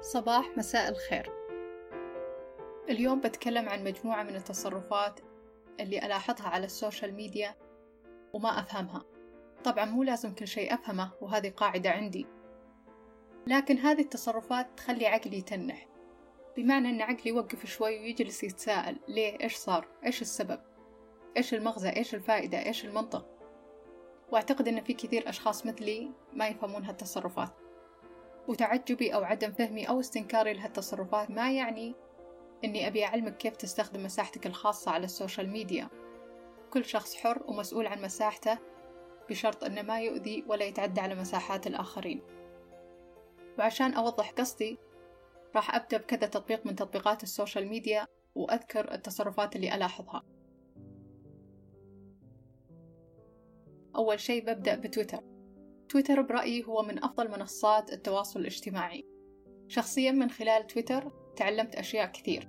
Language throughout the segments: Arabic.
صباح مساء الخير. اليوم بتكلم عن مجموعة من التصرفات اللي ألاحظها على السوشيال ميديا وما أفهمها. طبعا مو لازم كل شيء أفهمه، وهذه قاعدة عندي، لكن هذه التصرفات تخلي عقلي يتنح، بمعنى أن عقلي يوقف شوي ويجلس يتساءل ليه، إيش صار، إيش السبب، إيش المغزى، إيش الفائدة، إيش المنطق. وأعتقد أن في كثير أشخاص مثلي ما يفهمون هالتصرفات، وتعجبي أو عدم فهمي أو استنكاري لهالتصرفات ما يعني إني أبي أعلمك كيف تستخدم مساحتك الخاصة على السوشيال ميديا. كل شخص حر ومسؤول عن مساحته، بشرط أنه ما يؤذي ولا يتعدى على مساحات الآخرين. وعشان أوضح قصدي راح أبدأ بكذا تطبيق من تطبيقات السوشيال ميديا وأذكر التصرفات اللي ألاحظها. أول شيء ببدأ بتويتر. تويتر برأيي هو من أفضل منصات التواصل الاجتماعي. شخصيا من خلال تويتر تعلمت أشياء كثير،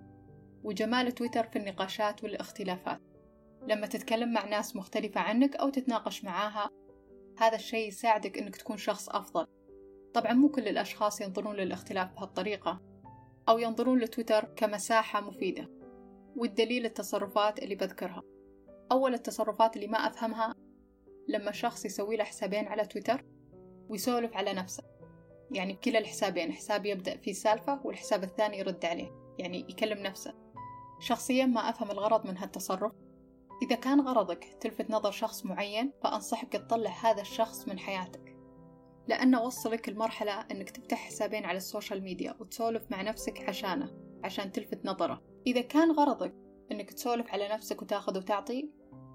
وجمال تويتر في النقاشات والاختلافات. لما تتكلم مع ناس مختلفة عنك أو تتناقش معاها، هذا الشيء يساعدك أنك تكون شخص أفضل. طبعا مو كل الأشخاص ينظرون للاختلاف بهالطريقة، أو ينظرون لتويتر كمساحة مفيدة، والدليل التصرفات اللي بذكرها. أول التصرفات اللي ما أفهمها لما شخص يسوي له حسابين على تويتر ويسولف على نفسه، يعني بكلا الحسابين، حساب يبدأ فيه سالفة والحساب الثاني يرد عليه، يعني يكلم نفسه. شخصيا ما أفهم الغرض من هالتصرف. إذا كان غرضك تلفت نظر شخص معين، فأنصحك تطلع هذا الشخص من حياتك، لأنه وصلك المرحلة أنك تفتح حسابين على السوشيال ميديا وتسولف مع نفسك عشان تلفت نظره. إذا كان غرضك أنك تسولف على نفسك وتاخذ وتعطي،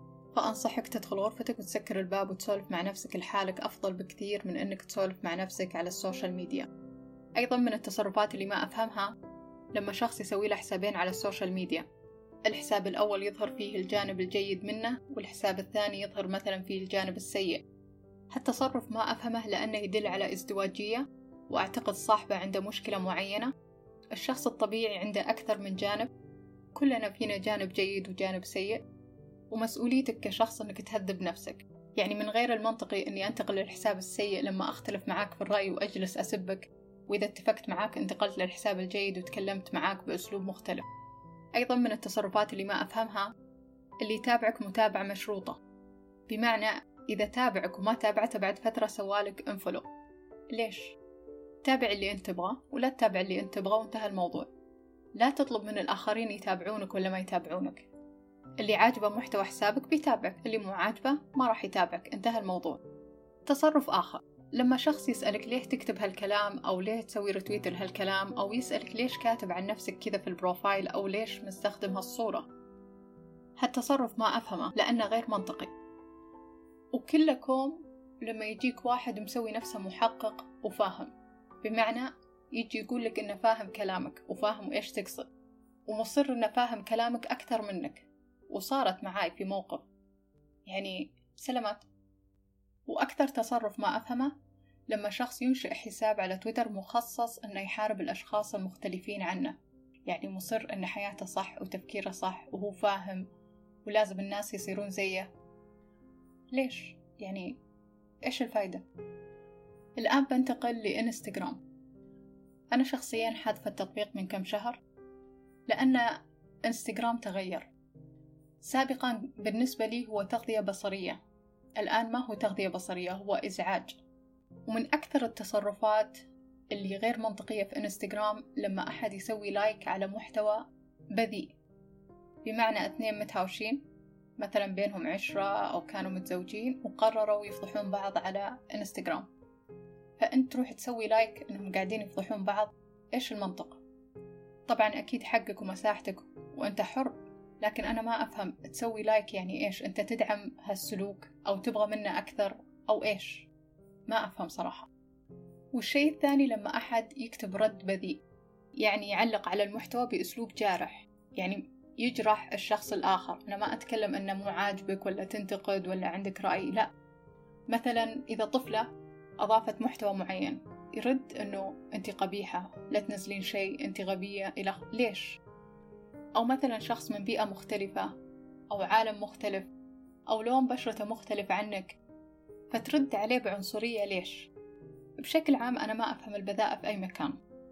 فأنصحك تدخل غرفتك وتسكر الباب وتسولف مع نفسك لحالك، أفضل بكثير من أنك تسولف مع نفسك على السوشيال ميديا. أيضا من التصرفات اللي ما أفهمها لما شخص يسوي له حسابين على السوشيال ميديا، الحساب الأول يظهر فيه الجانب الجيد منه، والحساب الثاني يظهر مثلا فيه الجانب السيء. هالتصرف ما أفهمه لأنه يدل على ازدواجية، وأعتقد صاحبه عنده مشكلة معينة. الشخص الطبيعي عنده أكثر من جانب، كلنا فينا جانب جيد وجانب سيء، ومسؤوليتك كشخص أنك تهذب نفسك. يعني من غير المنطقي أني أنتقل للحساب السيء لما أختلف معاك في الرأي وأجلس أسبك، وإذا اتفقت معاك انتقلت للحساب الجيد وتكلمت معاك بأسلوب مختلف. أيضا من التصرفات اللي ما أفهمها اللي يتابعك متابعة مشروطة، بمعنى إذا تابعك وما تابعته بعد فترة سوالك انفولو. ليش؟ تابع اللي أنت تبغاه ولا تتابع اللي أنت تبغاه وانتهى الموضوع. لا تطلب من الآخرين يتابعونك ولا ما يتابعونك. اللي عاجبه محتوى حسابك بيتابعك، اللي مو عاجبه ما راح يتابعك، انتهى الموضوع. تصرف آخر، لما شخص يسألك ليه تكتب هالكلام أو ليه تسوي رتويت لهالكلام، أو يسألك ليش كاتب عن نفسك كذا في البروفايل، أو ليش مستخدم هالصورة، هالتصرف ما أفهمه لأنه غير منطقي. وكلكم لما يجيك واحد مسوي نفسه محقق وفاهم، بمعنى يجي يقولك إنه فاهم كلامك وفاهم إيش تقصد، ومصر إنه فاهم كلامك أكثر منك. وصارت معاي في موقف، يعني سلامات. وأكثر تصرف ما أفهمه لما شخص ينشئ حساب على تويتر مخصص إنه يحارب الأشخاص المختلفين عنه، يعني مصر إن حياته صح وتفكيره صح وهو فاهم ولازم الناس يصيرون زيه. ليش؟ يعني إيش الفايدة؟ الآن بنتقل لإنستغرام. أنا شخصياً حذف التطبيق من كم شهر لأن إنستغرام تغير. سابقاً بالنسبة لي هو تغذية بصرية، الآن ما هو تغذية بصرية، هو إزعاج. ومن أكثر التصرفات اللي غير منطقية في إنستغرام لما أحد يسوي لايك على محتوى بذيء، بمعنى 2 متهاوشين مثلا بينهم 10 أو كانوا متزوجين وقرروا يفضحون بعض على إنستغرام، فأنت تروح تسوي لايك إنهم قاعدين يفضحون بعض. إيش المنطق؟ طبعا أكيد حقك ومساحتك وأنت حر، لكن أنا ما أفهم تسوي لايك يعني إيش؟ أنت تدعم هالسلوك أو تبغى منه أكثر أو إيش؟ ما أفهم صراحة. والشيء الثاني لما أحد يكتب رد بذيء، يعني يعلق على المحتوى بأسلوب جارح، يعني يجرح الشخص الآخر. أنا ما أتكلم أنه مو عاجبك ولا تنتقد ولا عندك رأي، لا. مثلا إذا طفلة أضافت محتوى معين يرد أنه أنت قبيحة، لا تنزلين شيء، أنت غبية، ليش؟ أو مثلا شخص من بيئة مختلفة أو عالم مختلف أو لون بشرته مختلف عنك، فترد عليه بعنصرية. ليش؟ بشكل عام أنا ما أفهم البذاءة في أي مكان،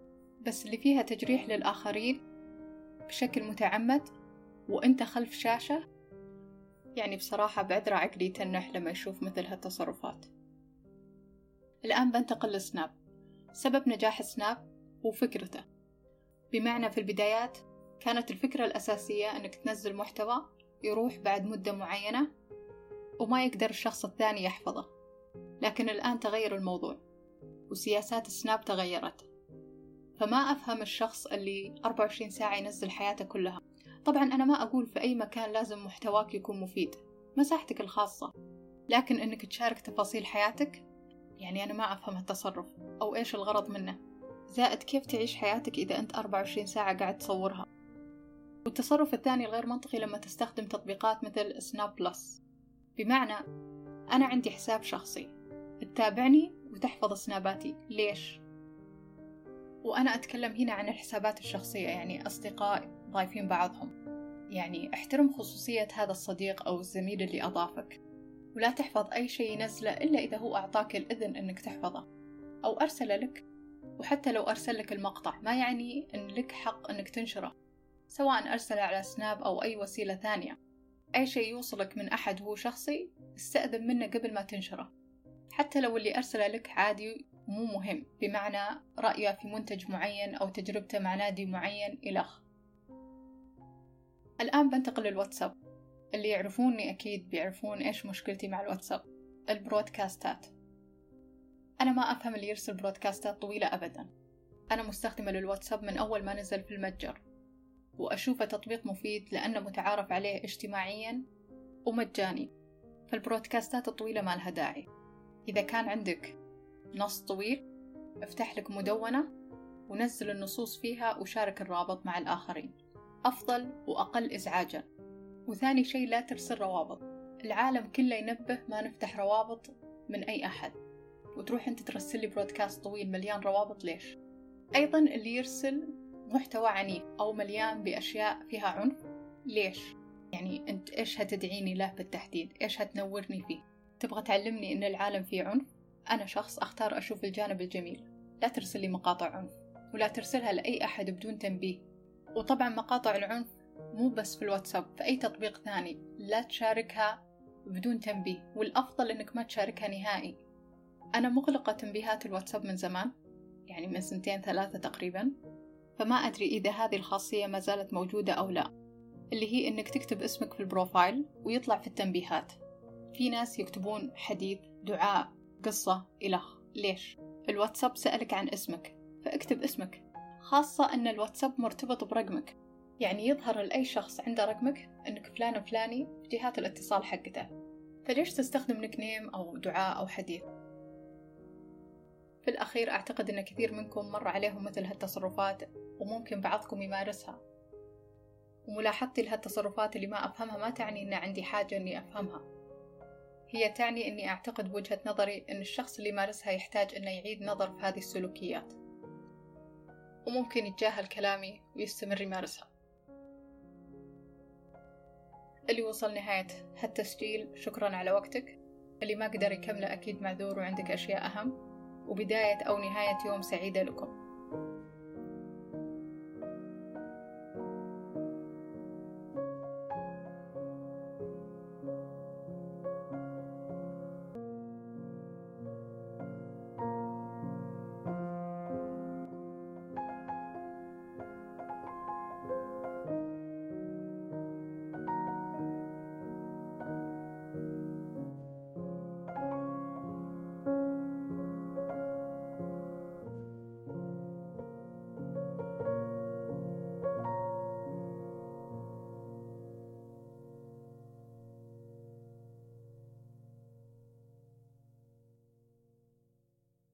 بس اللي فيها تجريح للآخرين بشكل متعمد وإنت خلف شاشة، يعني بصراحة بعذر عقلي تنح لما يشوف مثل هالتصرفات. الآن بنتقل لسناب. سبب نجاح سناب هو فكرته، بمعنى في البدايات كانت الفكرة الأساسية أنك تنزل محتوى يروح بعد مدة معينة وما يقدر الشخص الثاني يحفظه، لكن الآن تغير الموضوع وسياسات سناب تغيرت. فما أفهم الشخص اللي 24 ساعة ينزل حياته كلها. طبعا أنا ما أقول في أي مكان لازم محتواك يكون مفيد، مساحتك الخاصة، لكن أنك تشارك تفاصيل حياتك، يعني أنا ما أفهم التصرف أو إيش الغرض منه. زائد كيف تعيش حياتك إذا أنت 24 ساعة قاعد تصورها. والتصرف الثاني الغير منطقي لما تستخدم تطبيقات مثل سناب بلس، بمعنى أنا عندي حساب شخصي تتابعني وتحفظ سناباتي، ليش؟ وأنا أتكلم هنا عن الحسابات الشخصية، يعني أصدقاء ضايفين بعضهم. يعني احترم خصوصية هذا الصديق أو الزميل اللي أضافك، ولا تحفظ أي شيء ينزله إلا إذا هو أعطاك الإذن أنك تحفظه أو أرسل لك. وحتى لو أرسل لك المقطع ما يعني أن لك حق أنك تنشره، سواء أرسل على سناب أو أي وسيلة ثانية. أي شيء يوصلك من أحد هو شخصي استأذن منه قبل ما تنشره، حتى لو اللي أرسله لك عادي مو مهم، بمعنى رأيه في منتج معين أو تجربته مع نادي معين إلخ. الآن بنتقل للواتساب. اللي يعرفوني أكيد بيعرفون إيش مشكلتي مع الواتساب، البرودكاستات. أنا ما أفهم اللي يرسل برودكاستات طويلة أبدا. أنا مستخدمة للواتساب من أول ما نزل في المتجر، وأشوفه تطبيق مفيد لأنه متعارف عليه اجتماعيا ومجاني. فالبرودكاستات الطويلة ما لها داعي. إذا كان عندك نص طويل افتح لك مدونة ونزل النصوص فيها وشارك الرابط مع الآخرين، أفضل وأقل إزعاجا. وثاني شيء لا ترسل روابط. العالم كله ينبه ما نفتح روابط من أي أحد، وتروح أنت ترسل لي برودكاست طويل مليان روابط، ليش؟ أيضا اللي يرسل محتوى عنيف أو مليان بأشياء فيها عنف، ليش؟ يعني أنت إيش هتدعيني له بالتحديد؟ إيش هتنورني فيه؟ تبغى تعلمني إن العالم فيه عنف؟ أنا شخص أختار أشوف الجانب الجميل. لا ترسل لي مقاطع عنف، ولا ترسلها لأي أحد بدون تنبيه. وطبعا مقاطع العنف مو بس في الواتساب، في أي تطبيق ثاني لا تشاركها بدون تنبيه، والأفضل إنك ما تشاركها نهائي. أنا مغلقة تنبيهات الواتساب من زمان، يعني من 2-3 تقريبا، فما أدري إذا هذه الخاصية ما زالت موجودة أو لا، اللي هي إنك تكتب اسمك في البروفايل ويطلع في التنبيهات. في ناس يكتبون حديث، دعاء، قصة، إلخ، ليش؟ الواتساب سألك عن اسمك فاكتب اسمك، خاصة أن الواتساب مرتبط برقمك، يعني يظهر لأي شخص عنده رقمك أنك فلان فلاني في جهات الاتصال حقته، فليش تستخدم نيكنيم أو دعاء أو حديث؟ في الأخير أعتقد أن كثير منكم مر عليهم مثل هالتصرفات، وممكن بعضكم يمارسها. وملاحظتي لهالتصرفات اللي ما أفهمها ما تعني أن عندي حاجة أني أفهمها، هي تعني أني أعتقد بوجهة نظري أن الشخص اللي يمارسها يحتاج أنه يعيد نظر في هذه السلوكيات، وممكن يتجاهل كلامي ويستمر يمارسها. اللي وصل نهاية هالتسجيل شكرا على وقتك. اللي ما قدر يكمله أكيد معذور وعندك أشياء أهم. وبداية أو نهاية يوم سعيدة لكم.